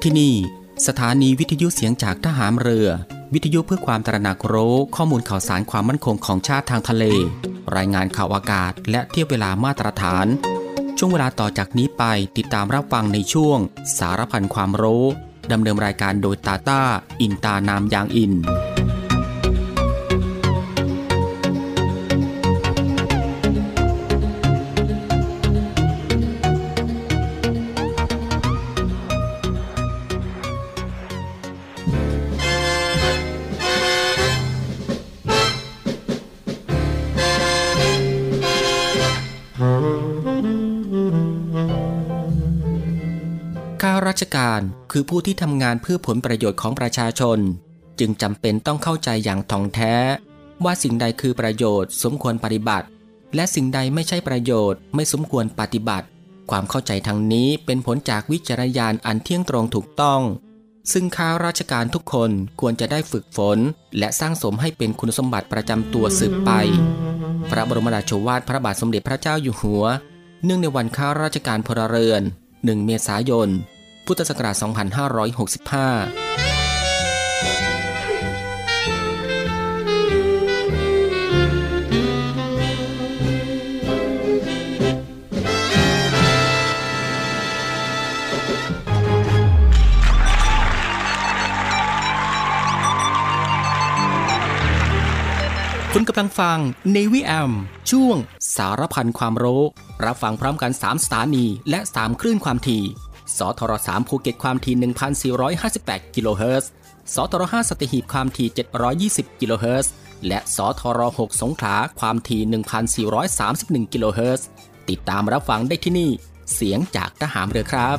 ที่นี่สถานีวิทยุเสียงจากทหารเรือวิทยุเพื่อความตระหนักรู้ข้อมูลข่าวสารความมั่นคงของชาติทางทะเลรายงานข่าวอากาศและเทียบเวลามาตรฐานช่วงเวลาต่อจากนี้ไปติดตามรับฟังในช่วงสารพันความรู้ดำเนินรายการโดยตาต้าอินตานามยางอินข้าราชการคือผู้ที่ทำงานเพื่อผลประโยชน์ของประชาชนจึงจำเป็นต้องเข้าใจอย่างถ่องแท้ว่าสิ่งใดคือประโยชน์สมควรปฏิบัติและสิ่งใดไม่ใช่ประโยชน์ไม่สมควรปฏิบัติความเข้าใจทางนี้เป็นผลจากวิจารณญาณอันเที่ยงตรงถูกต้องซึ่งข้าราชการทุกคนควรจะได้ฝึกฝนและสร้างสมให้เป็นคุณสมบัติประจำตัวสืบไปพระบรมราโชวาทพระบาทสมเด็จพระเจ้าอยู่หัวเนื่องในวันข้าราชการพลเรือน1 เมษายนพุทธศักราช 2565 คุณกำลังฟัง Navy AM ช่วงสารพันความรู้รับฟังพร้อมกัน3สถานีและ3คลื่นความถี่สทร3ภูเก็ตความถี่ 1,458 กิโลเฮิรตซ์สทร5สัตหีบความถี่720 กิโลเฮิรตซ์และสทร6สงขลาความถี่ 1,431 กิโลเฮิรตซ์ติดตามรับฟังได้ที่นี่เสียงจากทหารเรือครับ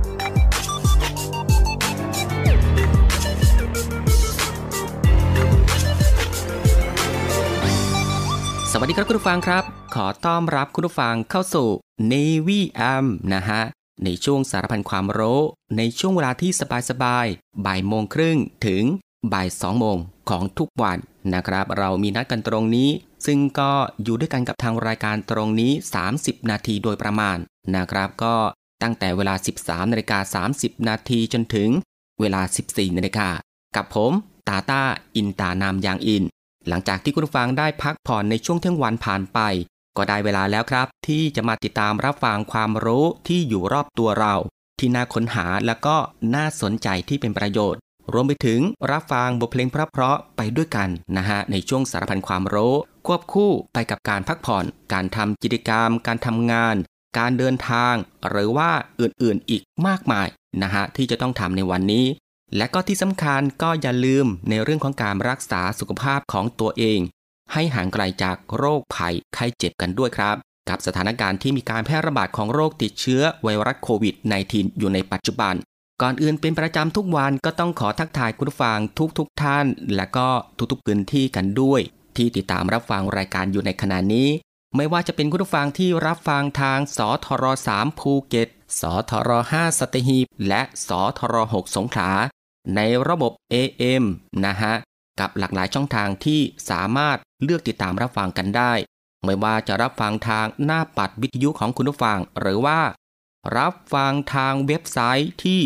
สวัสดีครับคุณผู้ฟังครับขอต้อนรับคุณผู้ฟังเข้าสู่ Navy AM นะฮะในช่วงสารพันความรู้ในช่วงเวลาที่สบายๆ 13:30 ถึง 14:00 ของทุกวันนะครับเรามีนัดกันตรงนี้ซึ่งก็อยู่ด้วยกันกับทางรายการตรงนี้30นาทีโดยประมาณนะครับก็ตั้งแต่เวลา 13:30 นาทีจนถึงเวลา 14:00 นกับผมตาต้าอินตานามยางอินหลังจากที่คุณผู้ฟังได้พักผ่อนในช่วงเที่ยงวันผ่านไปก็ได้เวลาแล้วครับที่จะมาติดตามรับฟังความรู้ที่อยู่รอบตัวเราที่น่าค้นหาและก็น่าสนใจที่เป็นประโยชน์รวมไปถึงรับฟังบทเพลงเพราะๆไปด้วยกันนะฮะในช่วงสารพันความรู้ควบคู่ไปกับการพักผ่อนการทำกิจกรรมการทำงานการเดินทางหรือว่าอื่นๆอีกมากมายนะฮะที่จะต้องทำในวันนี้และก็ที่สำคัญก็อย่าลืมในเรื่องของการรักษาสุขภาพของตัวเองให้ห่างไกลจากโรคภัยไข้เจ็บกันด้วยครับกับสถานการณ์ที่มีการแพร่ระบาดของโรคติดเชื้อไวรัสโควิด -19 อยู่ในปัจจุบันก่อนอื่นเป็นประจำทุกวันก็ต้องขอทักทายคุณผู้ฟังทุกท่านและก็ทุกๆพื้นที่กันด้วยที่ติดตามรับฟังรายการอยู่ในขณะนี้ไม่ว่าจะเป็นคุณผู้ฟังที่รับฟังทางสทร3ภูเก็ตสทร5สัตหีบและสทร6สงขลาในระบบ AM นะฮะกับหลากหลายช่องทางที่สามารถเลือกติดตามรับฟังกันได้ไม่ว่าจะรับฟังทางหน้าปัดวิทยุของคุณผู้ฟังหรือว่ารับฟังทางเว็บไซต์ที่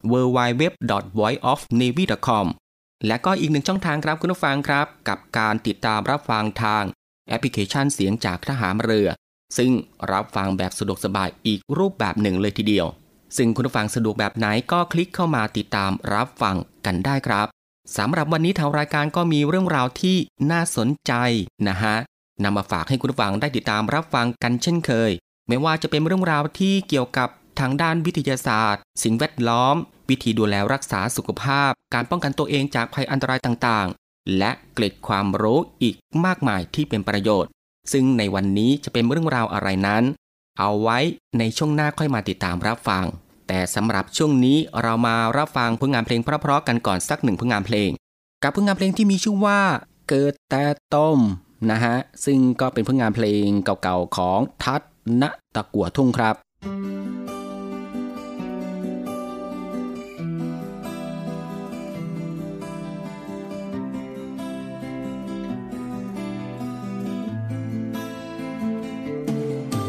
www.voiceofnavy.com และก็อีกหนึ่งช่องทางครับคุณผู้ฟังครับกับการติดตามรับฟังทางแอปพลิเคชันเสียงจากทหารเรือซึ่งรับฟังแบบสะดวกสบายอีกรูปแบบหนึ่งเลยทีเดียวซึ่งคุณผู้ฟังสะดวกแบบไหนก็คลิกเข้ามาติดตามรับฟังกันได้ครับสำหรับวันนี้ทางรายการก็มีเรื่องราวที่น่าสนใจนะฮะนำมาฝากให้คุณผู้ฟังได้ติดตามรับฟังกันเช่นเคยไม่ว่าจะเป็นเรื่องราวที่เกี่ยวกับทางด้านวิทยาศาสตร์สิ่งแวดล้อมวิธีดูแลรักษาสุขภาพการป้องกันตัวเองจากภัยอันตรายต่างๆและเกร็ดความรู้อีกมากมายที่เป็นประโยชน์ซึ่งในวันนี้จะเป็นเรื่องราวอะไรนั้นเอาไว้ในช่วงหน้าค่อยมาติดตามรับฟังแต่สำหรับช่วงนี้เรามารับฟังผลงานเพลงเพราะๆกันก่อนสักหนึ่งผลงานเพลงกับผลงานเพลงที่มีชื่อว่าเกิดแต่ต้มนะฮะซึ่งก็เป็นผลงานเพลงเก่าๆของทัศนตะกั่วทุ่งครับ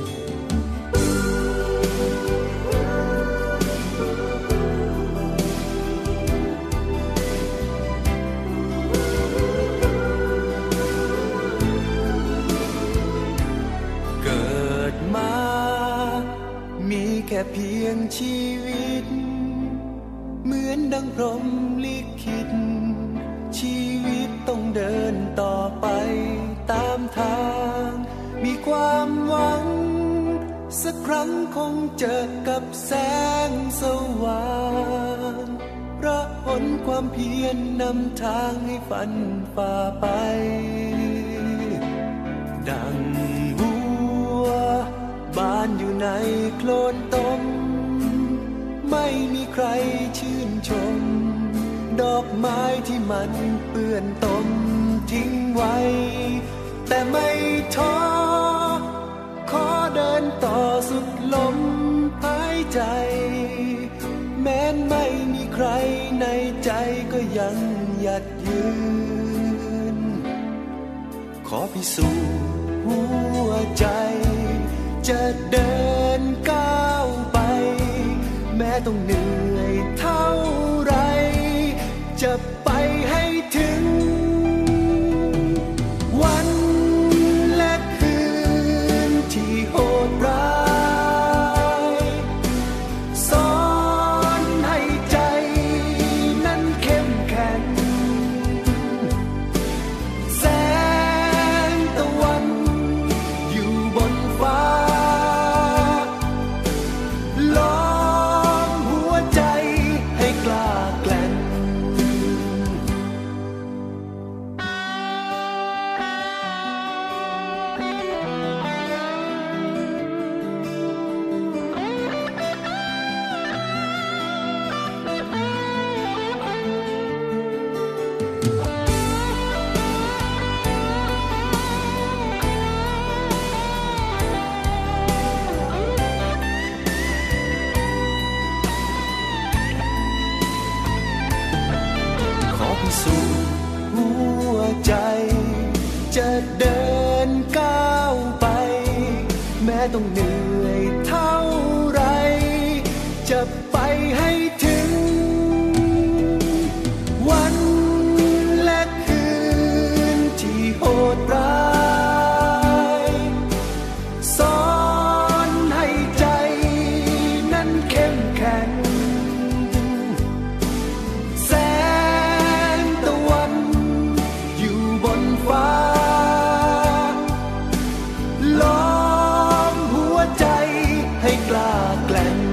เเพียงชีวิตเหมือนดังพรหมลิขิตชีวิตต้องเดินต่อไปตามทางมีความหวังสักครั้งคงเจอกับแสงสว่างเพราะผลความเพียรนำทางให้ฝันฝ่าไปดังบัวบานอยู่ในโคลนตมไม่มีใครชื่นชมดอกไม้ที่มันเปื้อนตมทิ้งไว้แต่ไม่ท้อขอเดินต่อสุดลมหายใจแม้ไม่มีใครในใจก็ยังหยัดยืนขอพิสูจน์หัวใจจะเดินก้าวไปแม้ต้องเหนื่อยเท่าไรจะไปให้ถึงวันและคืนที่โหดร้ายสอนให้ใจนั้นเข้มแข็งแสงตะวันอยู่บนฟ้าล้อมหัวใจให้กล้าแกร่งสู่หัวใจจะเดินก้าวไปแม้ต้องเหนื่อยเท่าไรจะไปให้ถึงวันและคืนที่โหดร้ายสอนให้ใจนั้นเข้มแข็งฟ้าล้อมหัวใจให้กล้าแกร่ง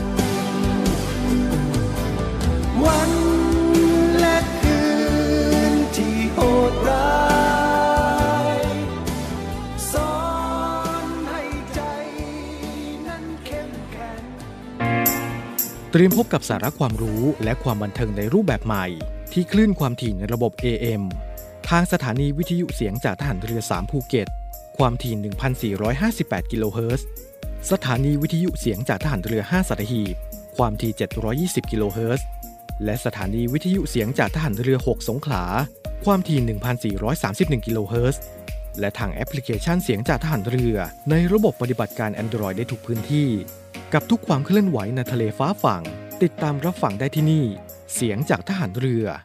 วันและคืนที่โหดร้ายสอนให้ใจนั้นเข้มแข็งเตรียมพบกับสาระความรู้และความบันเทิงในรูปแบบใหม่ที่คลื่นความถี่ในระบบ AMทางสถานีวิทยุเสียงจากทหารเรือ3ภูเก็ตความถี่ 1,458 กิโลเฮิรตซ์สถานีวิทยุเสียงจากทหารเรือ5สัตหีบความถี่720กิโลเฮิรตซ์และสถานีวิทยุเสียงจากทหารเรือ6สงขลาความถี่ 1,431 กิโลเฮิรตซ์และทางแอปพลิเคชันเสียงจากทหารเรือในระบบปฏิบัติการ Android ได้ทุกพื้นที่กับทุกความเคลื่อนไหวในทะเลฟ้าฝั่งติดตามรับฟังได้ที่นี่เสียงจากทหารเรือ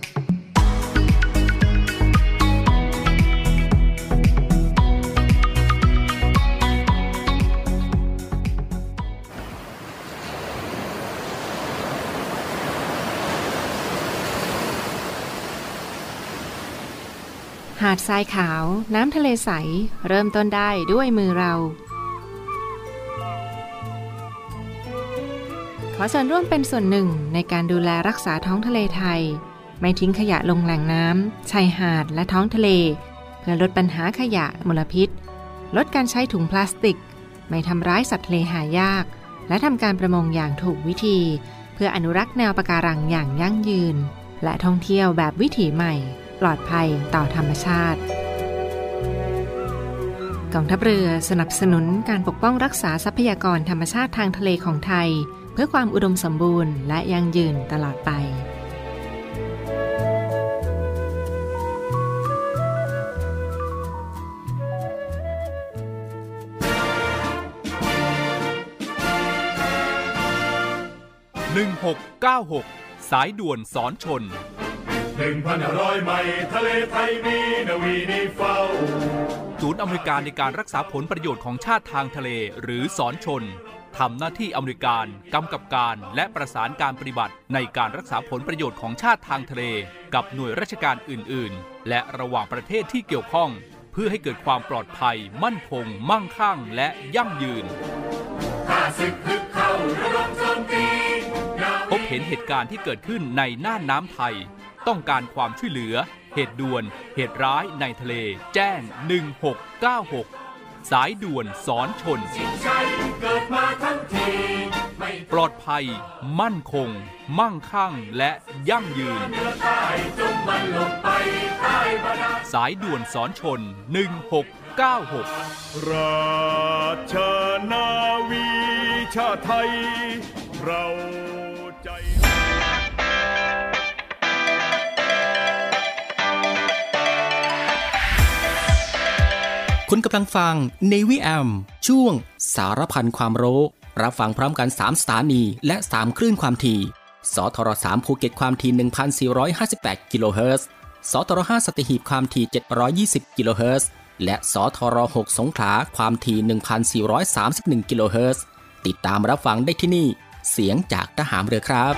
หาดทรายขาวน้ำทะเลใสเริ่มต้นได้ด้วยมือเราขอส่วนร่วมเป็นส่วนหนึ่งในการดูแลรักษาท้องทะเลไทยไม่ทิ้งขยะลงแหล่งน้ำชายหาดและท้องทะเลเพื่อลดปัญหาขยะมลพิษลดการใช้ถุงพลาสติกไม่ทำร้ายสัตว์ทะเลหายากและทำการประมงอย่างถูกวิธีเพื่ออนุรักษ์แนวปะการังอย่างยั่งยืนและท่องเที่ยวแบบวิถีใหม่ปลอดภัยต่อธรรมชาติกองทัพเรือสนับสนุนการปกป้องรักษาทรัพยากรธรรมชาติทางทะเลของไทยเพื่อความอุดมสมบูรณ์และยั่งยืนตลอดไป 1696 สายด่วนสอนชน1,500 ไมล์ทะเลไทยมีนาวีนิเฝ้าศูนย์อำนวยการในการรักษาผลประโยชน์ของชาติทางทะเลหรือสอนชนทำหน้าที่อำนวยการกำกับการและประสานการปฏิบัติในการรักษาผลประโยชน์ของชาติทางทะเลกับหน่วยราชการอื่นๆและระหว่างประเทศที่เกี่ยวข้องเพื่อให้เกิดความปลอดภัยมั่นคงมั่งคั่งและยั่งยืนพบเห็นเหตุการณ์ที่เกิดขึ้นในน่านน้ำไทยต้องการความช่วยเหลือเหตุด่วนเหตุร้ายในทะเลแจ้ง1696สายด่วนสอนชนปลอดภัยมั่นคงมั่งคั่งและยั่งยืนสายด่วนสอนชน1696 ราชนาวีชาติไทยเราใจคุณกำลังฟัง Navy AM ช่วงสารพันความรู้รับฟังพร้อมกัน3สถานีและ3คลื่นความถี่สทร3ภูเก็ตความถี่ 1,458 กิโลเฮิรตซ์สทร5สัตหีบความถี่720 กิโลเฮิรตซ์และสทร6สงขลาความถี่ 1,431 กิโลเฮิรตซ์ติดตามรับฟังได้ที่นี่เสียงจากทหารเรือครับ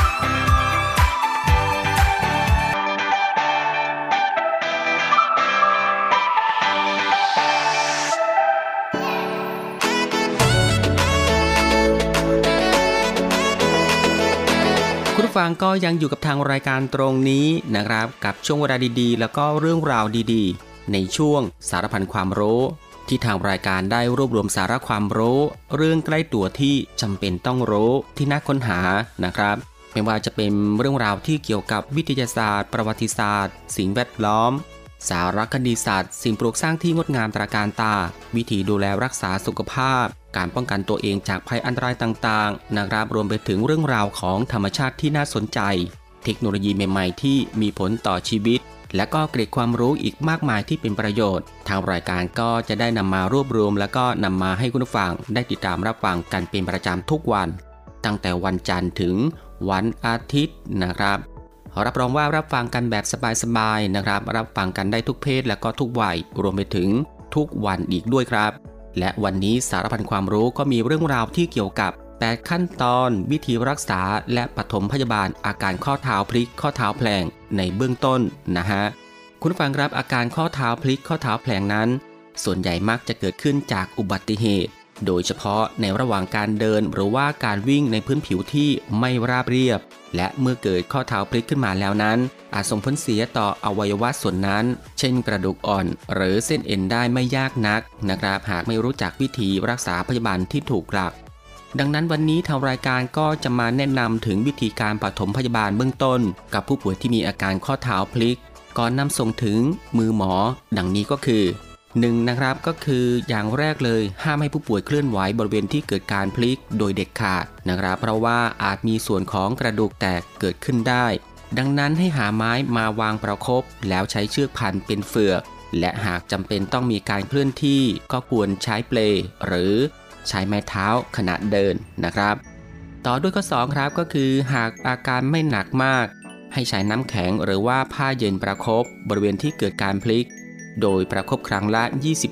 คุณผู้ฟังก็ยังอยู่กับทางรายการตรงนี้นะครับกับช่วงเวลาดีๆแล้วก็เรื่องราวดีๆในช่วงสารพันความรู้ที่ทางรายการได้รวบรวมสาระความรู้เรื่องใกล้ตัวที่จำเป็นต้องรู้ที่น่าค้นหานะครับไม่ว่าจะเป็นเรื่องราวที่เกี่ยวกับวิทยาศาสตร์ประวัติศาสตร์สิ่งแวดล้อมสารคดีศาสตร์สิ่งปลูกสร้างที่งดงามตระการตาวิธีดูแลรักษาสุขภาพการป้องกันตัวเองจากภัยอันตรายต่างๆนะครับรวมไปถึงเรื่องราวของธรรมชาติที่น่าสนใจเทคโนโลยีใหม่ๆที่มีผลต่อชีวิตและก็เกร็ดความรู้อีกมากมายที่เป็นประโยชน์ทางรายการก็จะได้นำมารวบรวมแล้วก็นำมาให้คุณผู้ฟังได้ติดตามรับฟังกันเป็นประจำทุกวันตั้งแต่วันจันทร์ถึงวันอาทิตย์นะครับรับรองว่ารับฟังกันแบบสบายๆนะครับรับฟังกันได้ทุกเพศและก็ทุกวัยรวมไปถึงทุกวันอีกด้วยครับและวันนี้สารพันความรู้ก็มีเรื่องราวที่เกี่ยวกับ8ขั้นตอนวิธีรักษาและปฐมพยาบาลอาการข้อเท้าพลิกข้อเท้าแผลงในเบื้องต้นนะฮะคุณฟังครับอาการข้อเท้าพลิกข้อเท้าแผลงนั้นส่วนใหญ่มักจะเกิดขึ้นจากอุบัติเหตุโดยเฉพาะในระหว่างการเดินหรือว่าการวิ่งในพื้นผิวที่ไม่ราบเรียบและเมื่อเกิดข้อเท้าพลิกขึ้นมาแล้วนั้นอาจส่งผลเสียต่ออวัยวะส่วนนั้นเช่นกระดูกอ่อนหรือเส้นเอ็นได้ไม่ยากนักนะครับหากไม่รู้จักวิธีรักษาพยาบาลที่ถูกหลักดังนั้นวันนี้ทางรายการก็จะมาแนะนำถึงวิธีการปฐมพยาบาลเบื้องต้นกับผู้ป่วยที่มีอาการข้อเท้าพลิกก่อนนำส่งถึงมือหมอดังนี้ก็คือ1นะครับก็คืออย่างแรกเลยห้ามให้ผู้ป่วยเคลื่อนไหวบริเวณที่เกิดการพลิกโดยเด็ดขาดนะครับเพราะว่าอาจมีส่วนของกระดูกแตกเกิดขึ้นได้ดังนั้นให้หาไม้มาวางประคบแล้วใช้เชือกพันเป็นเฟือกและหากจำเป็นต้องมีการเคลื่อนที่ก็ควรใช้เปลหรือใช้ไม้เท้าขณะเดินนะครับต่อด้วยข้อ2ครับก็คือหากอาการไม่หนักมากให้ใช้น้ำแข็งหรือว่าผ้าเย็นประคบบริเวณที่เกิดการพลิกโดยประคบครั้งละ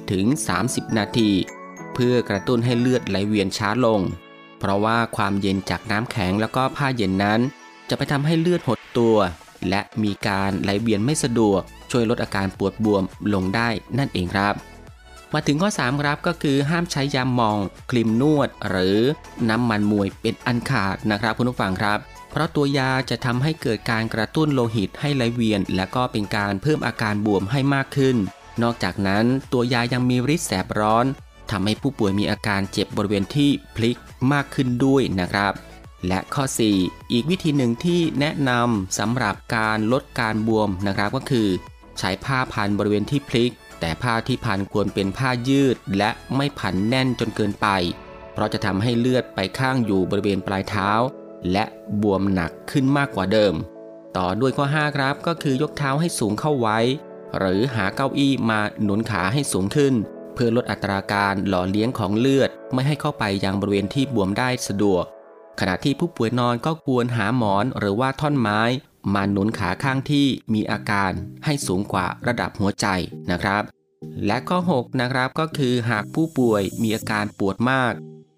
20-30 นาทีเพื่อกระตุ้นให้เลือดไหลเวียนช้าลงเพราะว่าความเย็นจากน้ำแข็งแล้วก็ผ้าเย็นนั้นจะไปทำให้เลือดหดตัวและมีการไหลเวียนไม่สะดวกช่วยลดอาการปวดบวมลงได้นั่นเองครับมาถึงข้อ3ครับก็คือห้ามใช้ยาหม่องครีมนวดหรือน้ำมันมวยเป็นอันขาดนะครับคุณผู้ฟังครับเพราะตัวยาจะทำให้เกิดการกระตุ้นโลหิตให้ไหลเวียนและก็เป็นการเพิ่มอาการบวมให้มากขึ้นนอกจากนั้นตัวยายังมีฤทธิ์แสบร้อนทำให้ผู้ป่วยมีอาการเจ็บบริเวณที่พลิกมากขึ้นด้วยนะครับและข้อ4อีกวิธีหนึ่งที่แนะนำสำหรับการลดการบวมนะครับก็คือใช้ผ้าพันบริเวณที่พลิกแต่ผ้าที่พันควรเป็นผ้ายืดและไม่พันแน่นจนเกินไปเพราะจะทำให้เลือดไปข้างอยู่บริเวณปลายเท้าและบวมหนักขึ้นมากกว่าเดิมต่อด้วยข้อ5ครับก็คือยกเท้าให้สูงเข้าไว้หรือหาเก้าอี้มาหนุนขาให้สูงขึ้นเพื่อลดอัตราการหล่อเลี้ยงของเลือดไม่ให้เข้าไปยังบริเวณที่บวมได้สะดวกขณะที่ผู้ป่วยนอนก็ควรหาหมอนหรือว่าท่อนไม้มาหนุนขาข้างที่มีอาการให้สูงกว่าระดับหัวใจนะครับและข้อ6นะครับก็คือหากผู้ป่วยมีอาการปวดมาก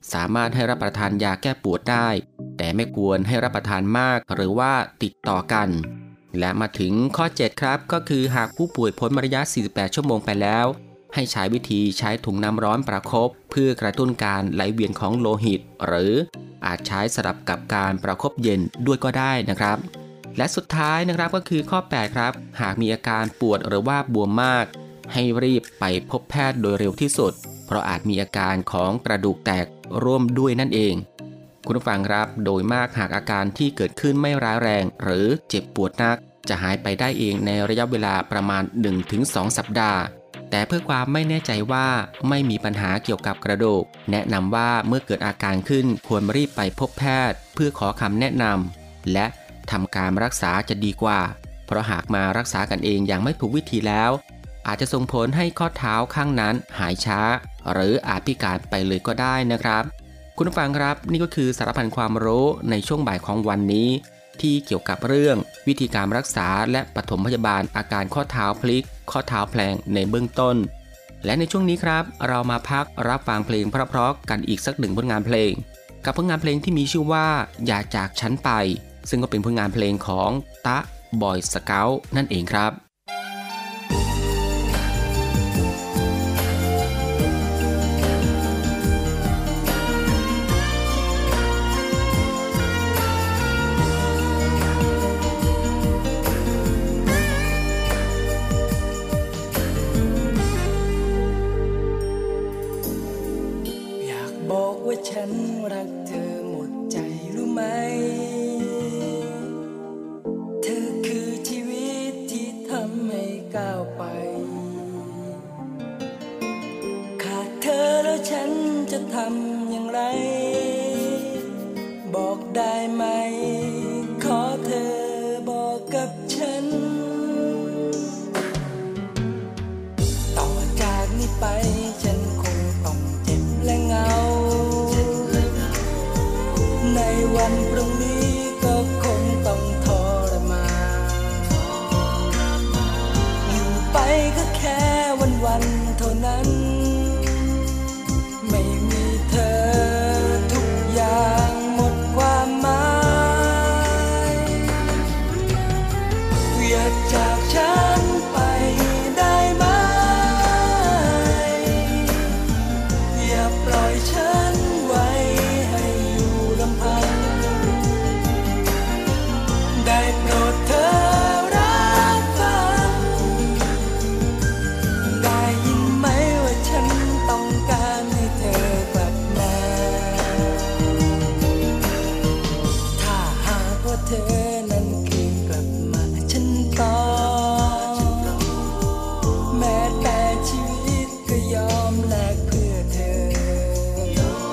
สามารถให้รับประทานยาแก้ปวดได้แต่ไม่ควรให้รับประทานมากหรือว่าติดต่อกันและมาถึงข้อ 7 ครับก็คือหากผู้ป่วยพ้นระยะ 48 ชั่วโมงไปแล้วให้ใช้วิธีใช้ถุงน้ำร้อนประคบเพื่อกระตุ้นการไหลเวียนของโลหิตหรืออาจใช้สลับกับการประคบเย็นด้วยก็ได้นะครับและสุดท้ายนะครับก็คือข้อ 8 ครับหากมีอาการปวดหรือว่าบวมมากให้รีบไปพบแพทย์โดยเร็วที่สุดเพราะอาจมีอาการของกระดูกแตกร่วมด้วยนั่นเองคุณผู้ฟังครับโดยมากหากอาการที่เกิดขึ้นไม่ร้ายแรงหรือเจ็บปวดนักจะหายไปได้เองในระยะเวลาประมาณ 1-2 สัปดาห์แต่เพื่อความไม่แน่ใจว่าไม่มีปัญหาเกี่ยวกับกระดูกแนะนำว่าเมื่อเกิดอาการขึ้นควรรีบไปพบแพทย์เพื่อขอคำแนะนำและทำการรักษาจะดีกว่าเพราะหากมารักษากันเองอย่างไม่ถูกวิธีแล้วอาจจะส่งผลให้ข้อเท้าข้างนั้นหายช้าหรืออาจพิการไปเลยก็ได้นะครับคุณผู้ฟังครับนี่ก็คือสารพันความรู้ในช่วงบ่ายของวันนี้ที่เกี่ยวกับเรื่องวิธีการรักษาและปฐมพยาบาลอาการข้อเท้าพลิกข้อเท้าแพลงในเบื้องต้นและในช่วงนี้ครับเรามาพักรับฟังเพลงเพราะๆกันอีกสักหนึ่งผลงานเพลงกับผลงานเพลงที่มีชื่อว่าอย่าจากฉันไปซึ่งก็เป็นผลงานเพลงของตะบอยสเกาต์นั่นเองครับฉันรักเธอหมดใจรู้ไหมเธอคือชีวิตที่ทำให้ก้าวไปขาดเธอแล้วฉันจะทำอย่างไรบอกได้ไหมขอเธอบอกกับฉันต่อจากนี้ไปฉันคงต้องเจ็บและเหงาในวันพรุ่งนี้ก็คงต้องทรมานอยู่ไปก็แค่วันๆเท่านั้นไม่มีเธอทุกอย่างหมดความหมายอย่าจากฉันไปได้ไหมอย่าปล่อยฉันไว้ให้อยู่ลำพังได้โปรดเธอรับฟังได้ยินไหมว่าฉันต้องการให้เธอกลับมาถ้าหากว่าเธอนั้นคือกลับมาฉันต้องแม้แต่ชีวิตก็ยอมแลกเพื่อเธอ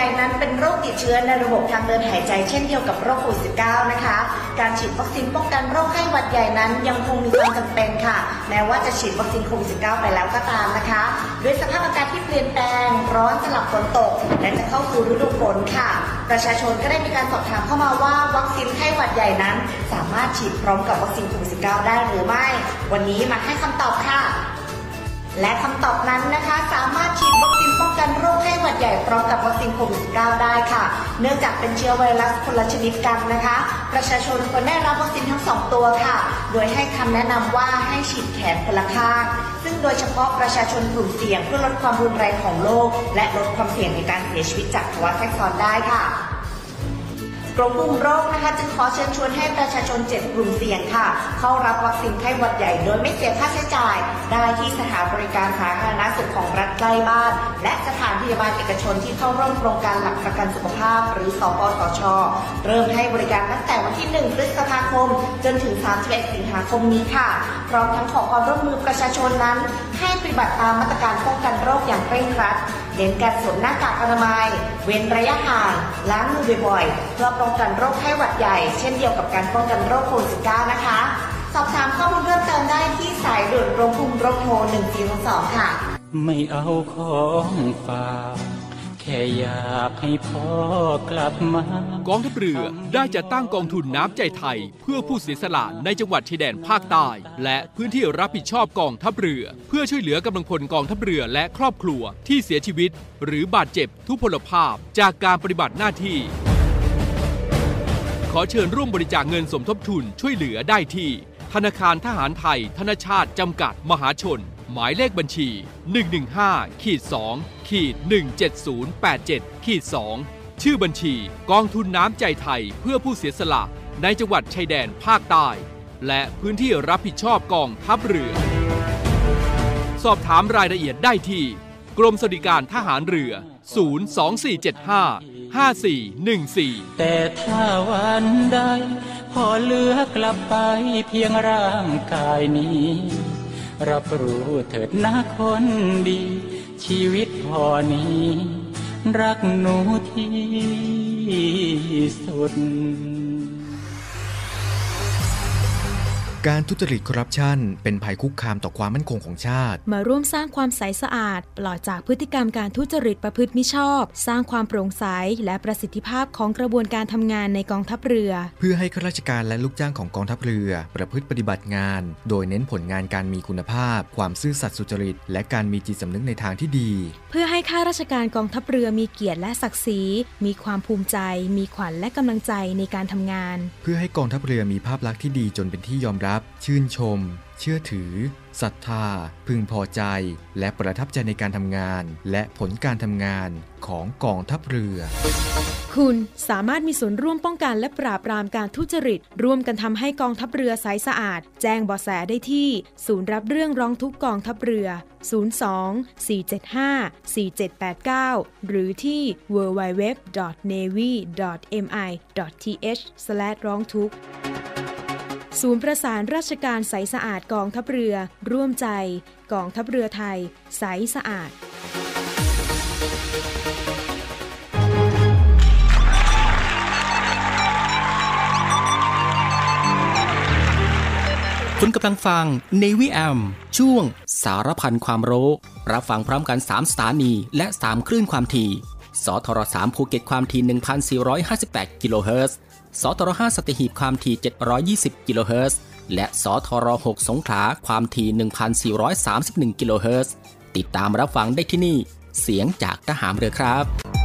ญ่นั้นเป็นโรคติดเชื้อในระบบทางเดินหายใจเช่นเดียวกับโรคโควิด -19 นะคะการฉีดวัคซีนป้องกันโรคไข้หวัดใหญ่นั้นยังคงมีความจำเป็นค่ะแม้ว่าจะฉีดวัคซีนโควิด -19 ไปแล้วก็ตามนะคะด้วยสภาพอากาศที่เปลี่ยนแปลงร้อนสลับฝนตกและจะเข้าสู่ฤดูฝนค่ะประชาชนก็ได้มีการสอบถามเข้ามาว่าวัคซีนไข้หวัดใหญ่นั้นสามารถฉีดพร้อมกับวัคซีนโควิด -19 ได้หรือไม่วันนี้มาให้คำตอบค่ะและคำตอบนั้นนะคะสามารถฉีดวัคซีนป้องกันโรคไข้หวัดใหญ่พร้อมกับวัคซีนโควิด -19 ได้ค่ะเนื่องจากเป็นเชื้อไวรัสคนละชนิดกันนะคะประชาชนควรได้รับวัคซีนทั้ง2ตัวค่ะโดยให้คำแนะนำว่าให้ฉีดแขนคนละข้างซึ่งโดยเฉพาะประชาชนกลุ่มเสี่ยงเพื่อลดความรุนแรงของโรคและลดความเสี่ยงในการเสียชีวิตจากภาวะแทรกซ้อนได้ค่ะกรมควบคุมโรคนะคะจึงขอเชิญชวนให้ประชาชน7กลุ่มเสี่ยงค่ะเข้ารับวัคซีนไข้หวัดใหญ่โดยไม่เสียค่าใช้จ่ายได้ที่สถานบริการสาธารณสุขของรัฐใกล้บ้านและสถานพยาบาลเอกชนที่เข้าร่วมโครงการหลักประกันสุขภาพหรือสปสช.เริ่มให้บริการตั้งแต่วันที่1พฤษภาคมจนถึง31สิงหาคมนี้ค่ะพร้อมทั้งขอความร่วมมือประชาชนนั้นให้ปฏิบัติตามมาตรการป้องกันโรคอย่างเคร่งครัดเน้นการสวมหน้ากากอนามัยเว้นระยะห่างล้างมือบ่อยๆเพื่อป้องกันโรคไข้หวัดใหญ่เช่นเดียวกับการป้องกันโรคโควิด -19 นะคะสอบถามข้อมูลเพิ่มเติมได้ที่สายด่วนกรมควบคุมโรคโทร1422ค่ะไม่เอาของฝากแค่อยากให้พ่อกลับมากองทัพเรือได้จัดตั้งกองทุนน้ำใจไทยเพื่อผู้เสียสละในจังหวัดชายแดนภาคใต้และพื้นที่รับผิดชอบกองทัพเรือเพื่อช่วยเหลือกำลังพลกองทัพเรือและครอบครัวที่เสียชีวิตหรือบาดเจ็บทุพพลภาพจากการปฏิบัติหน้าที่ขอเชิญร่วมบริจาคเงินสมทบทุนช่วยเหลือได้ที่ธนาคารทหารไทยธนชาติจำกัดมหาชนหมายเลขบัญชี 115-2-17087-2 ชื่อบัญชีกองทุนน้ำใจไทยเพื่อผู้เสียสละในจังหวัดชายแดนภาคใต้และพื้นที่รับผิดชอบกองทัพเรือสอบถามรายละเอียดได้ที่กรมสวัสดิการทหารเรือ024755414 แต่ถ้าวันใดพอเหลือกลับไปเพียงร่างกายนี้รับรู้เถิดนะคนดีชีวิตพอนี้รักหนูที่สุดการทุจริตคอร์รัปชันเป็นภัยคุกคามต่อความมั่นคงของชาติมาร่วมสร้างความใสสะอาดปลอดจากพฤติกรรมการทุจริตประพฤติมิชอบสร้างความโปร่งใสและประสิทธิภาพของกระบวนการทำงานในกองทัพเรือเพื่อให้ข้าราชการและลูกจ้างของกองทัพเรือประพฤติปฏิบัติงานโดยเน้นผลงานการมีคุณภาพความซื่อสัตย์สุจริตและการมีจิตสำนึกในทางที่ดีเพื่อให้ข้าราชการกองทัพเรือมีเกียรติและศักดิ์ศรีมีความภูมิใจมีขวัญและกำลังใจในการทำงานเพื่อให้กองทัพเรือมีภาพลักษณ์ที่ดีจนเป็นที่ยอมรับชื่นชมเชื่อถือศรัทธาพึงพอใจและประทับใจในการทำงานและผลการทำงานของกองทัพเรือคุณสามารถมีส่วนร่วมป้องกันและปราบปรามการทุจริตร่วมกันทำให้กองทัพเรือใสสะอาดแจ้งเบาะแสได้ที่ศูนย์รับเรื่องร้องทุกข์กองทัพเรือ02-475-4789 หรือที่ www.navy.mi.th/ร้องทุกข์ศูนย์ประสานราชการใสสะอาดกองทัพเรือร่วมใจกองทัพเรือไทยใสสะอาดคุณกำลังฟัง Navy AM ช่วงสารพันความรู้รับฟังพร้อมกัน3สถานีและ3คลื่นความถี่สทร3ภูเก็ตความถี่ 1,458 กิโลเฮิรตซ์สทร5สัตหีบความถี่720กิโลเฮิรตซ์และสทร6สงขลาความถี่ 1,431 กิโลเฮิรตซ์ติดตามรับฟังได้ที่นี่เสียงจากทหารเรือครับ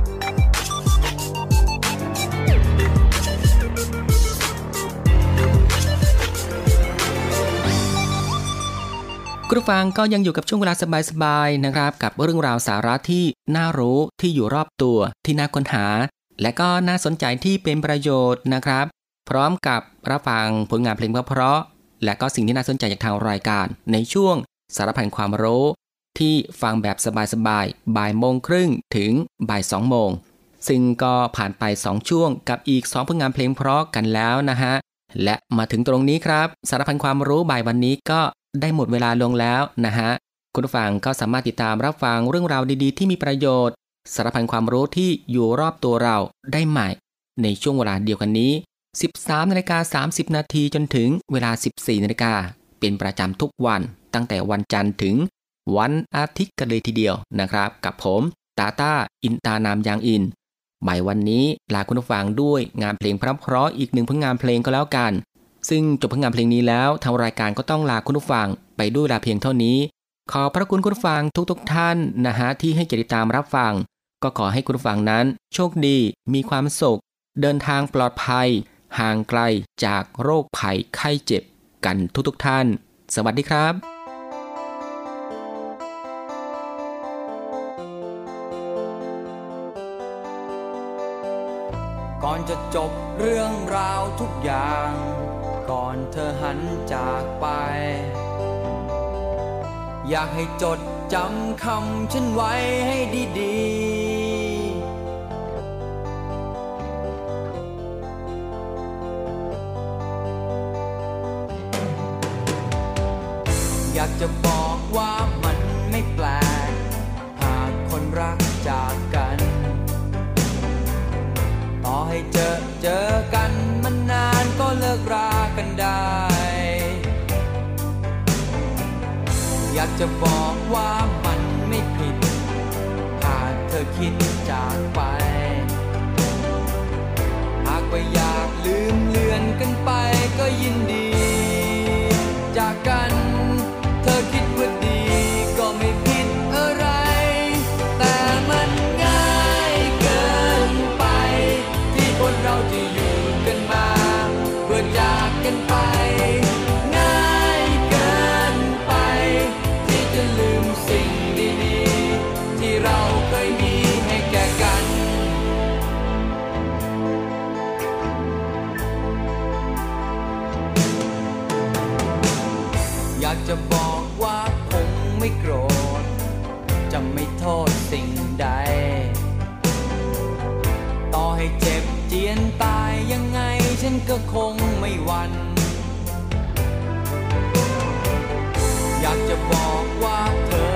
คุณผู้ฟังก็ยังอยู่กับช่วงเวลาสบายๆนะครับกับเรื่องราวสาระที่น่ารู้ที่อยู่รอบตัวที่น่าค้นหาและก็น่าสนใจที่เป็นประโยชน์นะครับพร้อมกับรับฟังผลงานเพลงเพราะๆและก็สิ่งที่น่าสนใจจากทางรายการในช่วงสารพันความรู้ที่ฟังแบบสบายๆบ่ายโมงครึ่งถึงบ่าย2โมงซึ่งก็ผ่านไป2ช่วงกับอีก2ผลงานเพลงเพราะกันแล้วนะฮะและมาถึงตรงนี้ครับสารพันความรู้บ่ายวันนี้ก็ได้หมดเวลาลงแล้วนะฮะคุณผู้ฟังก็สามารถติดตามรับฟังเรื่องราวดีๆที่มีประโยชน์สารพันความรู้ที่อยู่รอบตัวเราได้ใหม่ในช่วงเวลาเดียวกันนี้ 13:30 นาทีจนถึงเวลา 14 นาฬิกาเป็นประจำทุกวันตั้งแต่วันจันทร์ถึงวันอาทิตย์กันเลยทีเดียวนะครับกับผมตาต้าอินตานามยางอินบ่ายวันนี้ลาคุณผู้ฟังด้วยงานเพลงเพราะๆอีกหนึ่งผลงานเพลงก็แล้วกันซึ่งจบผลงานเพลงนี้แล้วทางรายการก็ต้องลาคุณผู้ฟังไปด้วยลาเพียงเท่านี้ขอพระคุณคุณผู้ฟังทุกท่านนะฮะที่ให้เกียรติตามรับฟังก็ขอให้คุณผู้ฟังนั้นโชคดีมีความสุขเดินทางปลอดภัยห่างไกลจากโรคภัยไข้เจ็บกันทุกท่านสวัสดีครับก่อนจะจบเรื่องราวทุกอย่างก่อนเธอหันจากไปอยากให้จดจำคำฉันไว้ให้ดีๆอยากจะบอกว่ามันไม่แปลกหากคนรักจากกันต่อให้เจอกันมันนานก็เลิกรากันได้อยากจะบอกว่ามันไม่ผิดหากเธอคิดจากไปหากว่าอยากลืมเลือนกันไปก็ยินดีจากกันเธอคิดว่าดีก็ไม่ผิดอะไรแต่มันง่ายเกินไปที่คนเราจะอยู่กันมาเพื่อจากกันไปง่ายเกินไปที่จะลืมสิ่งดีๆที่เราเคยมีให้แก่กันอยากจะบอกว่าคงไม่โกรธจะไม่โทษสิ่งใดต่อให้เจ็บเจียนตายยังไงฉันก็คงไม่หวั่นอยากจะบอกว่าเธอ